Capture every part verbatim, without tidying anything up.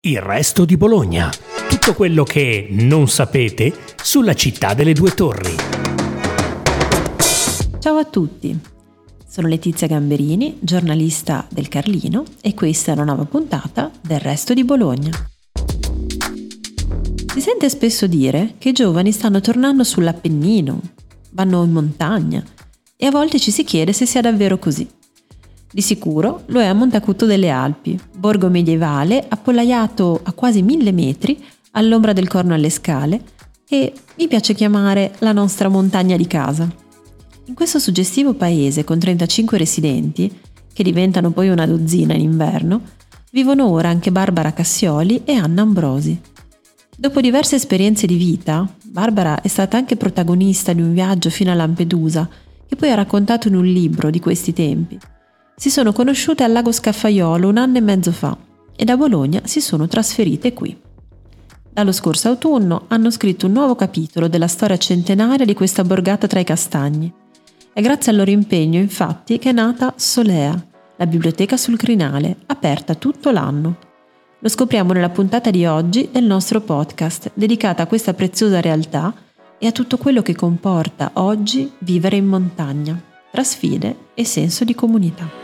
Il resto di Bologna. Tutto quello che non sapete sulla città delle due torri. Ciao a tutti, sono Letizia Gamberini, giornalista del Carlino, e questa è una nuova puntata del Resto di Bologna. Si sente spesso dire che i giovani stanno tornando sull'Appennino, vanno in montagna, e a volte ci si chiede se sia davvero così. Di sicuro lo è a Monte Acuto delle Alpi, borgo medievale appollaiato a quasi mille metri all'ombra del Corno alle Scale, che mi piace chiamare la nostra montagna di casa. In questo suggestivo paese con trentacinque residenti, che diventano poi una dozzina in inverno, vivono ora anche Barbara Cassioli e Anna Ambrosi. Dopo diverse esperienze di vita, Barbara è stata anche protagonista di un viaggio fino a Lampedusa, che poi ha raccontato in un libro di questi tempi. Si sono conosciute al lago Scaffaiolo un anno e mezzo fa e da Bologna si sono trasferite qui. Dallo scorso autunno hanno scritto un nuovo capitolo della storia centenaria di questa borgata tra i castagni. È grazie al loro impegno, infatti, che è nata Solea, la biblioteca sul crinale, aperta tutto l'anno. Lo scopriamo nella puntata di oggi del nostro podcast, dedicata a questa preziosa realtà e a tutto quello che comporta oggi vivere in montagna, tra sfide e senso di comunità.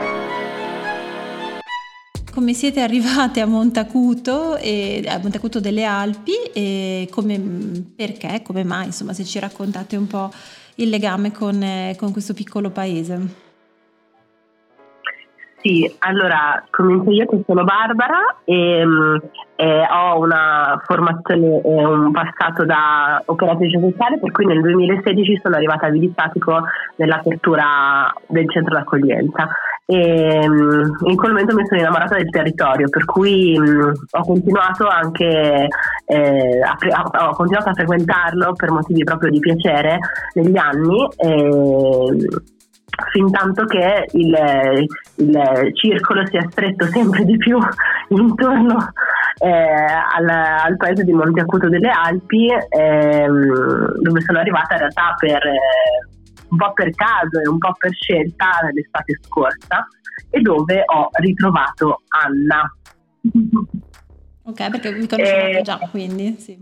Come siete arrivate a Monte Acuto, e, a Monte Acuto delle Alpi, e come, perché, come mai, insomma, se ci raccontate un po' il legame con, eh, con questo piccolo paese. Sì, allora comincio io che sono Barbara e, e ho una formazione e un passato da operatrice sociale, per cui nel duemilasedici sono arrivata a Vidi Statico nell'apertura del centro d'accoglienza e in quel momento mi sono innamorata del territorio, per cui mh, ho continuato anche eh, a, a, ho continuato a frequentarlo per motivi proprio di piacere negli anni e, fin tanto che il, il circolo si è stretto sempre di più intorno eh, al, al paese di Monte Acuto delle Alpi, eh, dove sono arrivata in realtà per eh, un po' per caso e un po' per scelta l'estate scorsa, e dove ho ritrovato Anna. Ok, perché vi conoscevate eh, già, quindi sì.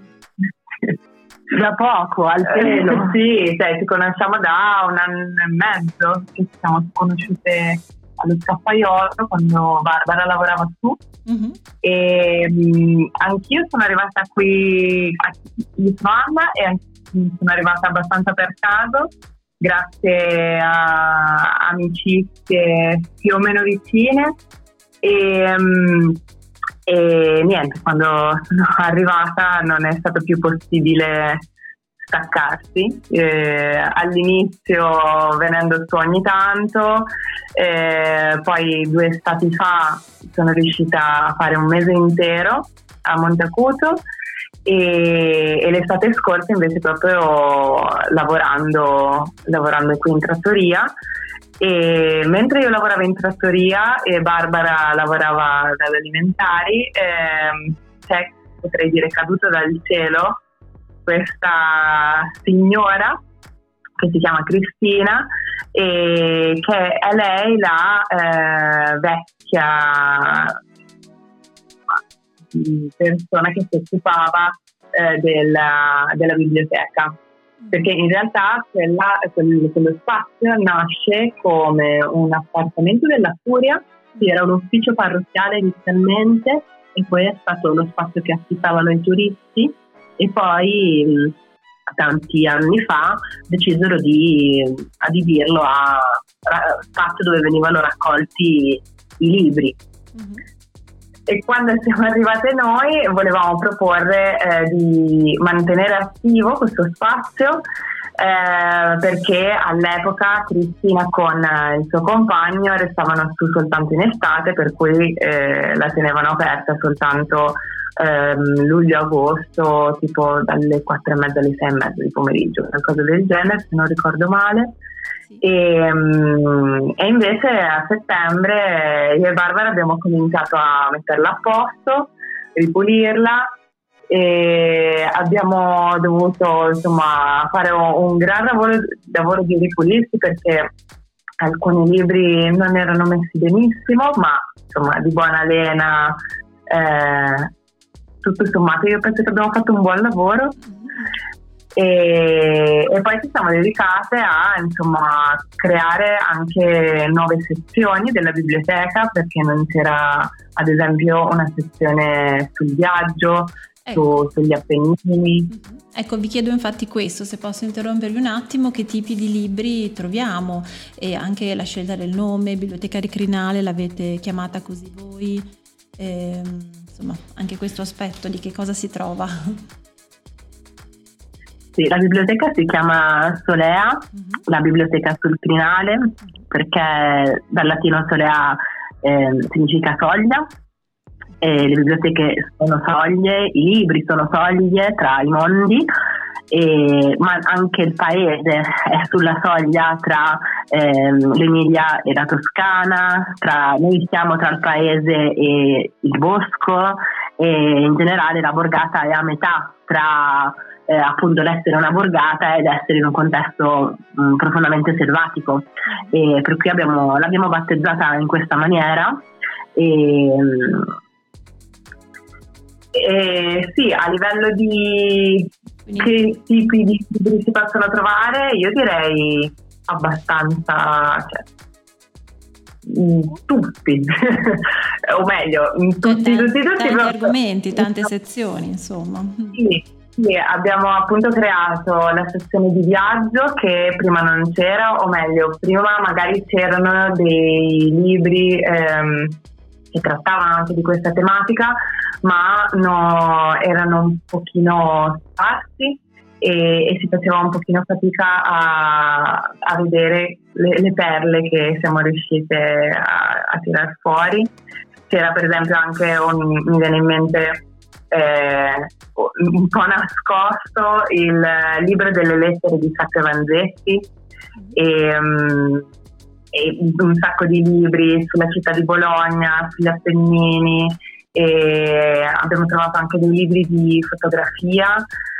Da poco, al pelo. Eh, sì, cioè, ci conosciamo da un anno e mezzo, che ci siamo conosciute allo Scaffaiolo quando Barbara lavorava su. Uh-huh. E mh, anch'io sono arrivata qui, io sono Anna e anch'io sono arrivata abbastanza per caso, grazie a amicizie più o meno vicine. E mh, E niente, quando sono arrivata non è stato più possibile staccarsi. Eh, all'inizio venendo su ogni tanto, eh, poi due estati fa sono riuscita a fare un mese intero a Monte Acuto e, e l'estate scorsa invece proprio lavorando, lavorando qui in trattoria. E mentre io lavoravo in trattoria e Barbara lavorava dalle alimentari, eh, c'è, potrei dire, caduta dal cielo questa signora che si chiama Cristina e che è lei la eh, vecchia persona che si occupava eh, della, della biblioteca. Perché in realtà quella, quel, quello spazio nasce come un appartamento della Curia, che era un ufficio parrocchiale inizialmente e poi è stato lo spazio che affittavano i turisti, e poi tanti anni fa decisero di adibirlo a, a spazio dove venivano raccolti i libri. Mm-hmm. E quando siamo arrivate noi volevamo proporre eh, di mantenere attivo questo spazio eh, perché all'epoca Cristina con eh, il suo compagno restavano su soltanto in estate, per cui eh, la tenevano aperta soltanto ehm, luglio-agosto, tipo dalle quattro e mezza alle sei e mezza di pomeriggio, qualcosa del genere se non ricordo male. E, um, e invece a settembre io e Barbara abbiamo cominciato a metterla a posto, ripulirla, e abbiamo dovuto insomma fare un, un gran lavoro, lavoro di ripulirsi, perché alcuni libri non erano messi benissimo, ma insomma di buona lena eh, tutto sommato io penso che abbiamo fatto un buon lavoro. E, e poi ci siamo dedicate a insomma creare anche nuove sezioni della biblioteca, perché non c'era ad esempio una sezione sul viaggio, ecco. su, sugli Appennini. Ecco, vi chiedo infatti questo, se posso interrompervi un attimo, che tipi di libri troviamo, e anche la scelta del nome, Biblioteca di Crinale, l'avete chiamata così voi, e, insomma anche questo aspetto di che cosa si trova. Sì, la biblioteca si chiama Solea, uh-huh. la biblioteca sul Crinale, perché dal latino Solea eh, significa soglia, e le biblioteche sono soglie, i libri sono soglie tra i mondi, e, ma anche il paese è sulla soglia tra eh, l'Emilia e la Toscana, tra, noi siamo tra il paese e il bosco, e in generale la borgata è a metà tra Eh, appunto l'essere una borgata ed essere in un contesto mh, profondamente selvatico, e per cui abbiamo, l'abbiamo battezzata in questa maniera. E, e sì, a livello di che tipi di libri si possono trovare, io direi abbastanza, cioè, tutti o meglio tutti, T- tutti, tutti tanti però, argomenti, tante sezioni, insomma. Sì. Sì, abbiamo appunto creato la sezione di viaggio, che prima non c'era, o meglio, prima magari c'erano dei libri ehm, che trattavano anche di questa tematica, ma no, erano un pochino sparsi e, e si faceva un pochino fatica a, a vedere le, le perle che siamo riuscite a, a tirar fuori. C'era per esempio anche, un, mi viene in mente, Eh, un po' nascosto, il libro delle lettere di Sacco e Vanzetti, e, um, e un sacco di libri sulla città di Bologna, sugli Appennini, e abbiamo trovato anche dei libri di fotografia,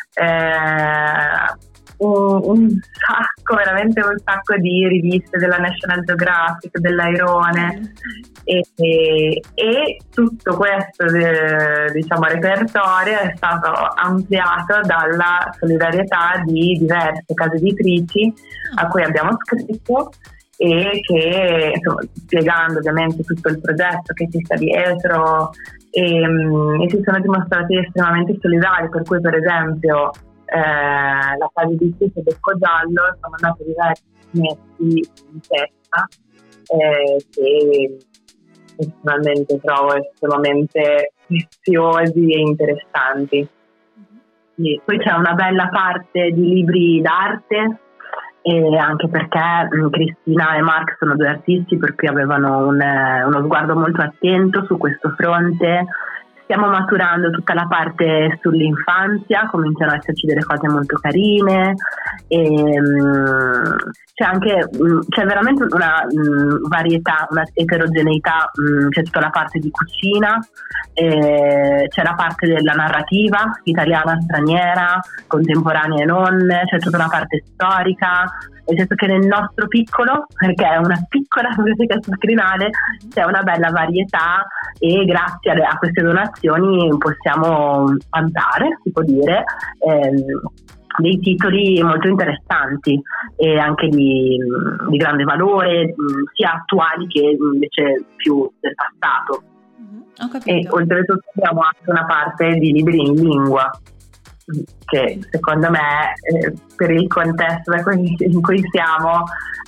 eh, un, un sacco, veramente un sacco di riviste della National Geographic, dell'Airone, e, e, e tutto questo eh, diciamo repertorio è stato ampliato dalla solidarietà di diverse case editrici a cui abbiamo scritto, e che insomma, spiegando ovviamente tutto il progetto che ci sta dietro, e, e si sono dimostrati estremamente solidari, per cui per esempio Eh, la casa editrice Becco Giallo sono andati diversi metti in testa, eh, che personalmente trovo estremamente preziosi e interessanti. Sì, poi c'è una bella parte di libri d'arte, e anche perché mh, Cristina e Mark sono due artisti, per cui avevano un, eh, uno sguardo molto attento su questo fronte. Stiamo maturando tutta la parte sull'infanzia, cominciano a esserci delle cose molto carine, e um, c'è anche um, c'è veramente una um, varietà, una eterogeneità, um, c'è tutta la parte di cucina, eh, c'è la parte della narrativa italiana, straniera, contemporanea e non, c'è tutta la parte storica, nel senso che nel nostro piccolo, perché è una piccola biblioteca sul Crinale, c'è una bella varietà, e grazie a, a queste donazioni possiamo vantare, si può dire, ehm, dei titoli molto interessanti e anche di, di grande valore, sia attuali che invece più del passato. Ho capito. E oltretutto abbiamo anche una parte di libri in lingua, che secondo me eh, per il contesto in cui siamo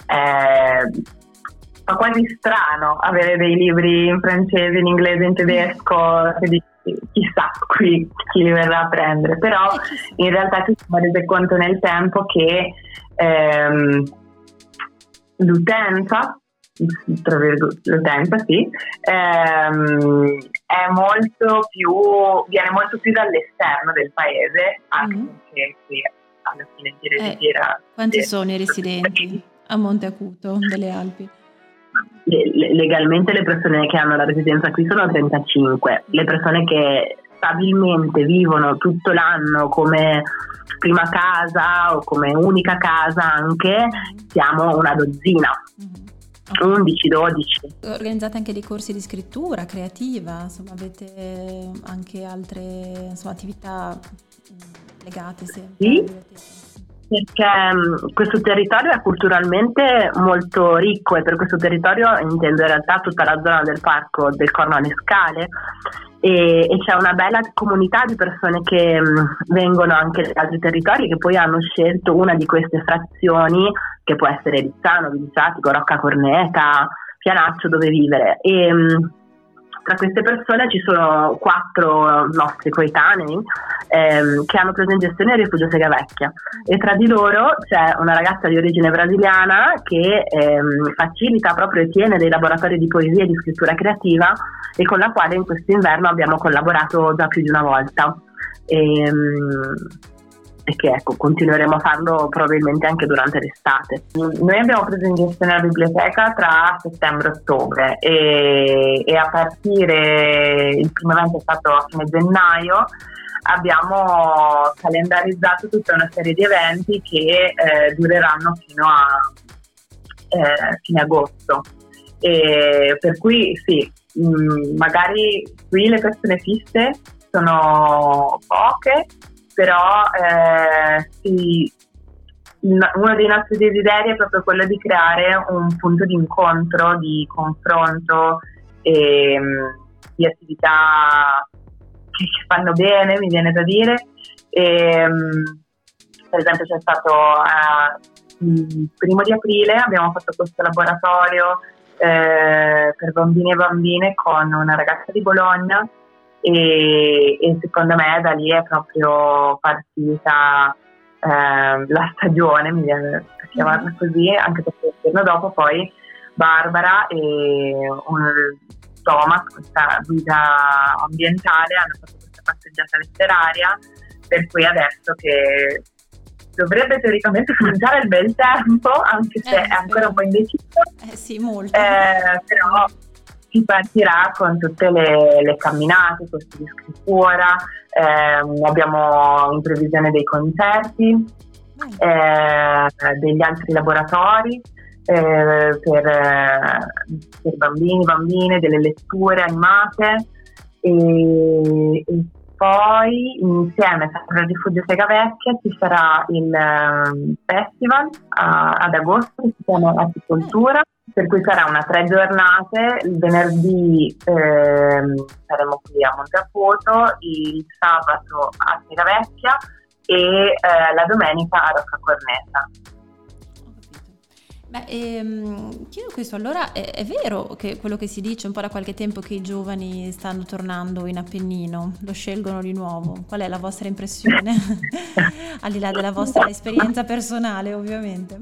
eh, fa quasi strano avere dei libri in francese, in inglese, in tedesco, chissà qui chi li verrà a prendere, però in realtà ci siamo resi conto nel tempo che ehm, l'utenza tra virgolette, l'utenza sì, ehm, è molto più, viene molto più dall'esterno del paese, anche mm. perché qui alla fine gira eh, di gira. Quanti sono i residenti a Monte Acuto delle Alpi? Le, legalmente le persone che hanno la residenza qui sono trentacinque, le persone che stabilmente vivono tutto l'anno come prima casa o come unica casa anche siamo una dozzina. Mm. undici dodici. Organizzate anche dei corsi di scrittura creativa, insomma avete anche altre insomma, attività legate sempre? Sì, perché questo territorio è culturalmente molto ricco e per questo territorio intendo in realtà tutta la zona del parco del Corno alle Scale e, e c'è una bella comunità di persone che mh, vengono anche da altri territori che poi hanno scelto una di queste frazioni che può essere Rizzano, Villiciatico, Rocca Corneta, Pianaccio dove vivere e mh, tra queste persone ci sono quattro nostri coetanei ehm, che hanno preso in gestione il rifugio Segavecchia e tra di loro c'è una ragazza di origine brasiliana che ehm, facilita proprio e tiene dei laboratori di poesia e di scrittura creativa e con la quale in questo inverno abbiamo collaborato già più di una volta e, e che ecco continueremo a farlo probabilmente anche durante l'estate. Noi abbiamo preso in gestione la biblioteca tra settembre e ottobre e, e a partire, il primo evento è stato a fine gennaio, abbiamo calendarizzato tutta una serie di eventi che eh, dureranno fino a eh, fine agosto e per cui sì, mh, magari qui le persone fisse sono poche, però eh, sì, uno dei nostri desideri è proprio quello di creare un punto di incontro, di confronto e di attività che ci fanno bene, mi viene da dire. E, per esempio c'è stato eh, il primo di aprile abbiamo fatto questo laboratorio eh, per bambini e bambine con una ragazza di Bologna e, e secondo me da lì è proprio partita eh, la stagione, mi viene a chiamarla così, anche perché il giorno dopo poi Barbara e un, Thomas, questa guida ambientale, hanno fatto questa passeggiata letteraria, per cui adesso che dovrebbe teoricamente cominciare il bel tempo, anche se eh, è ancora un po' indeciso, eh sì, molto. Eh, però si partirà con tutte le, le camminate, corsi di scrittura, eh, abbiamo in previsione dei concerti, eh, degli altri laboratori eh, per, per bambini, bambine, delle letture animate e, e poi insieme al Rifugio Segavecchia ci sarà il um, festival a, ad agosto che si chiama Apicoltura, per cui sarà una tre giornate. Il venerdì ehm, saremo qui a Monteacuto, il sabato a Segavecchia e eh, la domenica a Rocca Corneta. Beh, ehm, chiedo questo, allora è, è vero che quello che si dice un po' da qualche tempo che i giovani stanno tornando in Appennino, lo scelgono di nuovo? Qual è la vostra impressione? Al di là della vostra esperienza personale, ovviamente.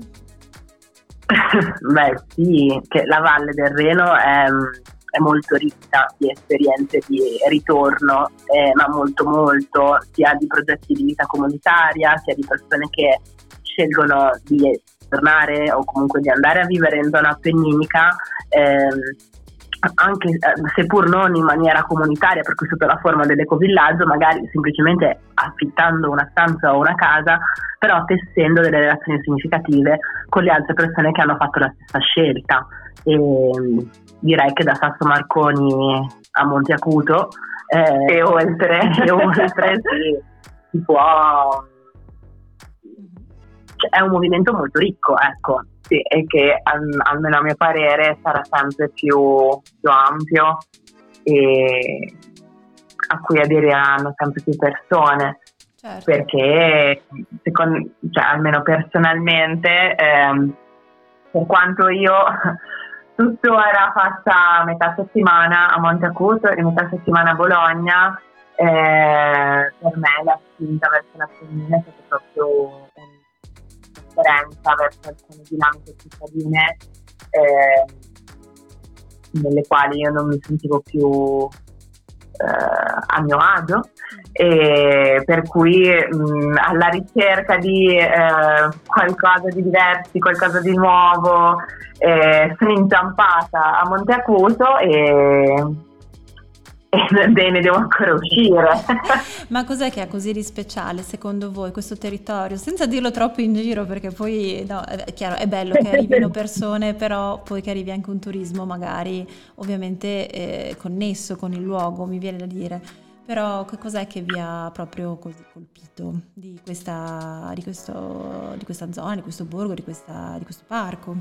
Beh sì, che la Valle del Reno è, è molto ricca di esperienze di ritorno, eh, ma molto molto, sia di progetti di vita comunitaria, sia di persone che scelgono di tornare o comunque di andare a vivere in zona appenninica, ehm, anche eh, seppur non in maniera comunitaria, per cui sotto la forma dell'ecovillaggio, magari semplicemente affittando una stanza o una casa, però tessendo delle relazioni significative con le altre persone che hanno fatto la stessa scelta. E direi che da Sasso Marconi a Monteacuto eh, e oltre, e oltre sì, si può. È un movimento molto ricco, ecco. Sì, e che al- almeno a mio parere sarà sempre più, più ampio e a cui aderiranno sempre più persone. Certo. Perché secondo, cioè, almeno personalmente, ehm, per quanto io tuttora faccia metà settimana a Monteacuto e metà settimana a Bologna, eh, per me la spinta verso l'Appennino è stata proprio un'esperienza verso alcune dinamiche cittadine eh, nelle quali io non mi sentivo più eh, a mio agio, e per cui mh, alla ricerca di eh, qualcosa di diverso, qualcosa di nuovo, eh, sono inciampata a Monteacuto e, e ne devo ancora uscire. Ma cos'è che ha così di speciale secondo voi questo territorio? Senza dirlo troppo in giro, perché poi no, è chiaro, è bello che arrivino persone, però poi che arrivi anche un turismo magari ovviamente eh, connesso con il luogo, mi viene da dire. Però che cos'è che vi ha proprio così colpito di questa, di questo, di questa zona, di questo borgo, di, questa, di questo parco?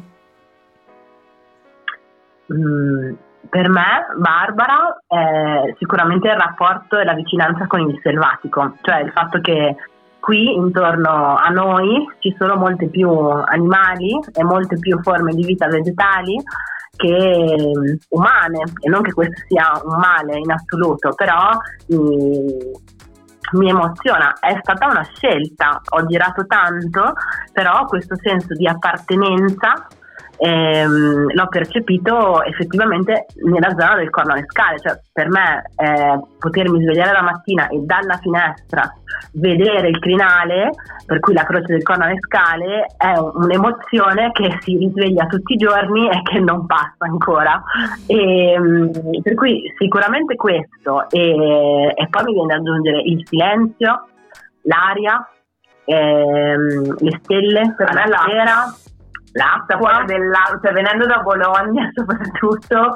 Mm, per me, Barbara, è sicuramente il rapporto e la vicinanza con il selvatico, cioè il fatto che qui intorno a noi ci sono molte più animali e molte più forme di vita vegetali che umane, e non che questo sia un male in assoluto, però mi, mi emoziona. È stata una scelta, ho girato tanto, però questo senso di appartenenza ehm, l'ho percepito effettivamente nella zona del Corno alle Scale. Cioè, per me eh, potermi svegliare la mattina e dalla finestra vedere il crinale, per cui la croce del Corno alle Scale, è un'emozione che si risveglia tutti i giorni e che non passa ancora. E, per cui sicuramente questo, e, e poi mi viene da aggiungere il silenzio, l'aria, ehm, le stelle per la sera, l'acqua dell'acqua, cioè venendo da Bologna soprattutto,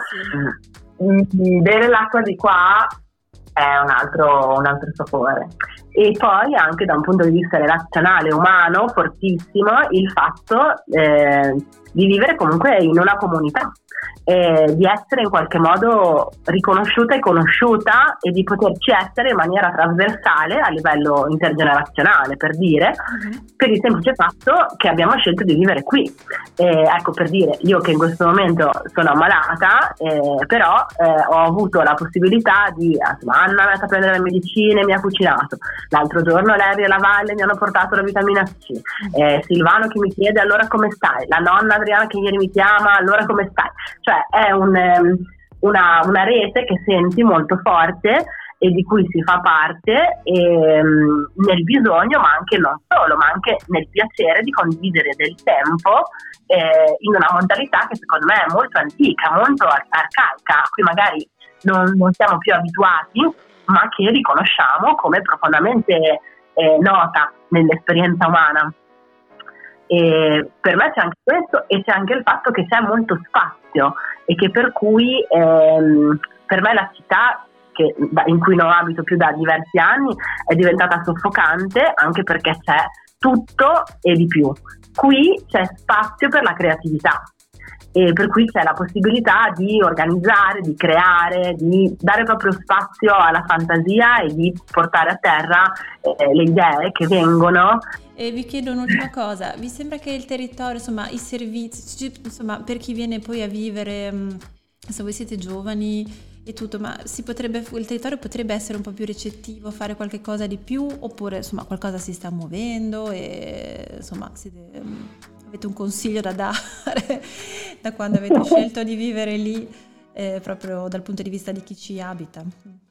sì. Bere l'acqua di qua è un altro, un altro sapore. E poi anche da un punto di vista relazionale, umano, fortissimo, il fatto eh, di vivere comunque in una comunità, eh, di essere in qualche modo riconosciuta e conosciuta, e di poterci essere in maniera trasversale a livello intergenerazionale, per dire, uh-huh. per il semplice fatto che abbiamo scelto di vivere qui. Eh, ecco, per dire, io che in questo momento sono ammalata, eh, però eh, ho avuto la possibilità di, insomma, Anna mi ha fatto prendere le medicine, mi ha cucinato, l'altro giorno Larry e la Valle mi hanno portato la vitamina C, eh, Silvano che mi chiede allora come stai, la nonna Adriana che ieri mi chiama allora come stai. Cioè è un, um, una, una rete che senti molto forte e di cui si fa parte, e, um, nel bisogno, ma anche non solo, ma anche nel piacere di condividere del tempo eh, in una modalità che secondo me è molto antica, molto ar- arcaica, a cui magari non, non siamo più abituati, ma che riconosciamo come profondamente eh, nota nell'esperienza umana. E per me c'è anche questo, e c'è anche il fatto che c'è molto spazio, e che per cui ehm, per me la città che, in cui non abito più da diversi anni è diventata soffocante, anche perché c'è tutto e di più. Qui c'è spazio per la creatività, e per cui c'è la possibilità di organizzare, di creare, di dare proprio spazio alla fantasia e di portare a terra eh, le idee che vengono. E vi chiedo un'ultima cosa, vi sembra che il territorio, insomma, i servizi, insomma, per chi viene poi a vivere, se voi siete giovani e tutto, ma si potrebbe, il territorio potrebbe essere un po' più recettivo, fare qualche cosa di più, oppure insomma qualcosa si sta muovendo e insomma siete, avete un consiglio da dare da quando avete scelto di vivere lì, eh, proprio dal punto di vista di chi ci abita?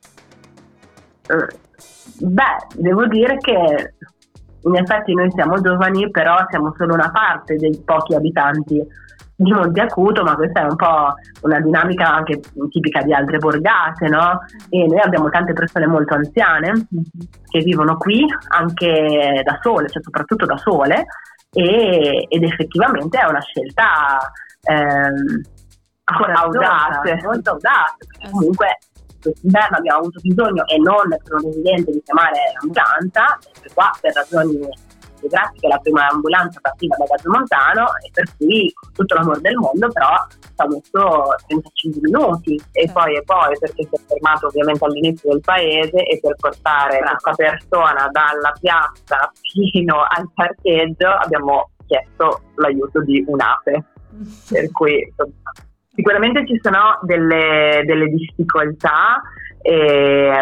Beh, devo dire che in effetti noi siamo giovani, però siamo solo una parte dei pochi abitanti di Monte Acuto, ma questa è un po' una dinamica anche tipica di altre borgate, no? E noi abbiamo tante persone molto anziane che vivono qui anche da sole, cioè soprattutto da sole, e, ed effettivamente è una scelta ehm, audace, molto audace, perché comunque quest'inverno abbiamo avuto bisogno, e non per un residente, di chiamare l'ambulanza, perché qua per ragioni geografiche la prima ambulanza partiva da Gazzomontano, e per cui tutto l'amore del mondo, però ci ha messo trentacinque minuti, e poi e poi perché si è fermato ovviamente all'inizio del paese, e per portare questa persona dalla piazza fino al parcheggio abbiamo chiesto l'aiuto di un'ape, per cui sicuramente ci sono delle, delle difficoltà, eh,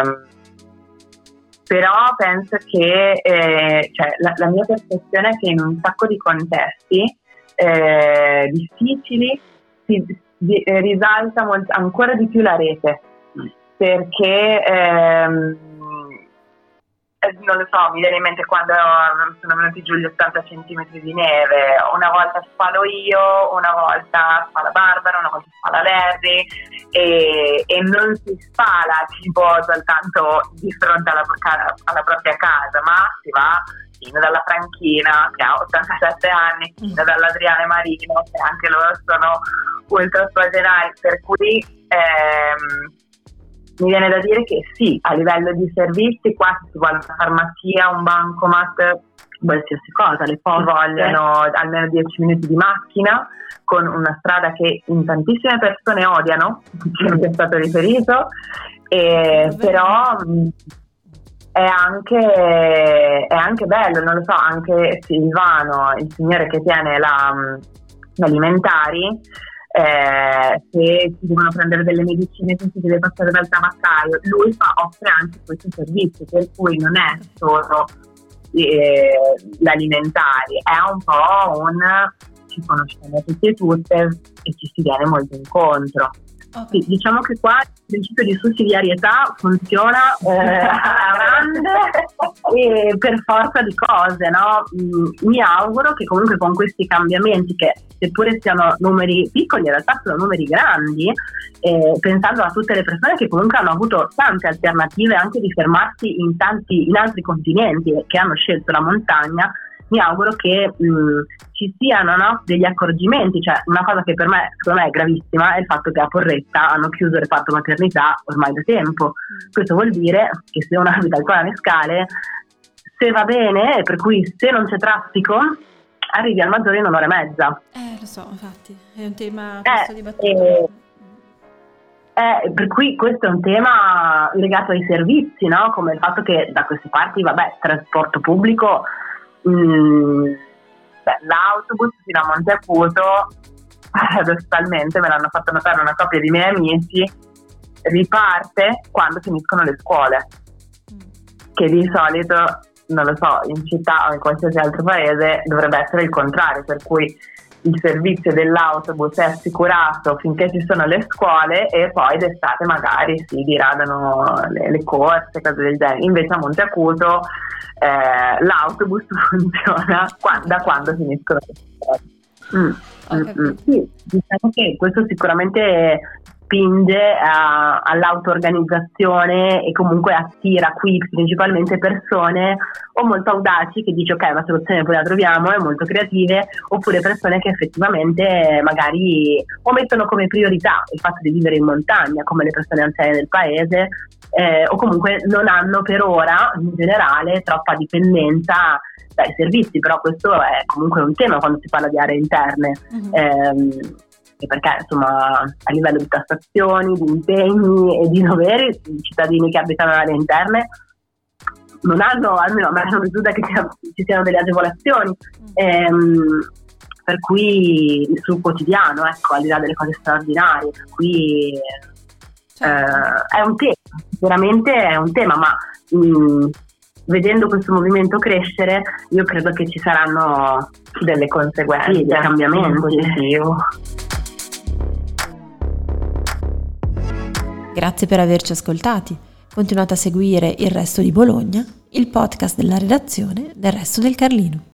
però penso che eh, cioè, la, la mia percezione è che in un sacco di contesti eh, difficili si di, eh, risalta molt- ancora di più la rete, perché ehm, non lo so, mi viene in mente quando sono venuti giù gli ottanta centimetri di neve, una volta spalo io, una volta spala Barbara, una volta spala Larry, e, e non si spala tipo soltanto di fronte alla, alla propria casa, ma si va fino dalla Franchina che ha ottantasette anni, fino dall'Adriane Marino che anche loro sono ultra squagenari, per cui ehm, mi viene da dire che sì, a livello di servizi qua si vuole una farmacia, un bancomat, qualsiasi cosa, le poste vogliono almeno dieci minuti di macchina con una strada che in tantissime persone odiano, che è stato riferito, e però è anche, è anche bello, non lo so, anche Silvano, il signore che tiene la, gli alimentari, Eh, se si devono prendere delle medicine che si deve passare dal tabaccaio, lui fa, offre anche questo servizio, per cui non è solo eh, l'alimentari, è un po' un ci conosciamo tutti e tutte e ci si viene molto incontro. Okay. Sì, diciamo che qua il principio di sussidiarietà funziona eh, a grande e per forza di cose, no? Mi auguro che comunque con questi cambiamenti, che seppure siano numeri piccoli, in realtà sono numeri grandi, eh, pensando a tutte le persone che comunque hanno avuto tante alternative anche di fermarsi in tanti in altri continenti e che hanno scelto la montagna, mi auguro che mh, ci siano, no, degli accorgimenti. Cioè, una cosa che per me, secondo me, è gravissima è il fatto che a Porretta hanno chiuso il reparto maternità ormai da tempo. Mm. Questo vuol dire che se uno abita al Colane Scale, se va bene, per cui se non c'è traffico, arrivi al Maggiore in un'ora e mezza. Eh, lo so, infatti, è un tema questo eh, dibattuto. Eh, eh, per cui questo è un tema legato ai servizi, no? Come il fatto che da queste parti, vabbè, trasporto pubblico, Mm, beh, l'autobus fino a Monte Acuto, paradossalmente, me l'hanno fatto notare una coppia di miei amici, riparte quando finiscono le scuole, che di solito, non lo so, in città o in qualsiasi altro paese dovrebbe essere il contrario, per cui il servizio dell'autobus è assicurato finché ci sono le scuole e poi d'estate magari si diradano le, le corse, cose del genere. Invece a Monte Acuto eh, l'autobus funziona qua, da quando finiscono le scuole. Mm. Okay. Mm-hmm. Sì, diciamo che questo sicuramente spinge a, all'auto-organizzazione e comunque attira qui principalmente persone o molto audaci che dice ok, la soluzione poi la troviamo, e molto creative, oppure persone che effettivamente magari o mettono come priorità il fatto di vivere in montagna, come le persone anziane del paese, eh, o comunque non hanno per ora in generale troppa dipendenza dai servizi. Però questo è comunque un tema quando si parla di aree interne. Mm-hmm. eh, E perché insomma a livello di tassazioni, di impegni e di doveri, i cittadini che abitano nelle aree interne non hanno, almeno a me non risulta che ci siano delle agevolazioni, ehm, per cui sul quotidiano, ecco, al di là delle cose straordinarie, per cui eh, è un tema, sicuramente è un tema, ma mh, vedendo questo movimento crescere io credo che ci saranno delle conseguenze, sì, dei cambiamenti. Grazie per averci ascoltati. Continuate a seguire Il Resto di Bologna, il podcast della redazione del Resto del Carlino.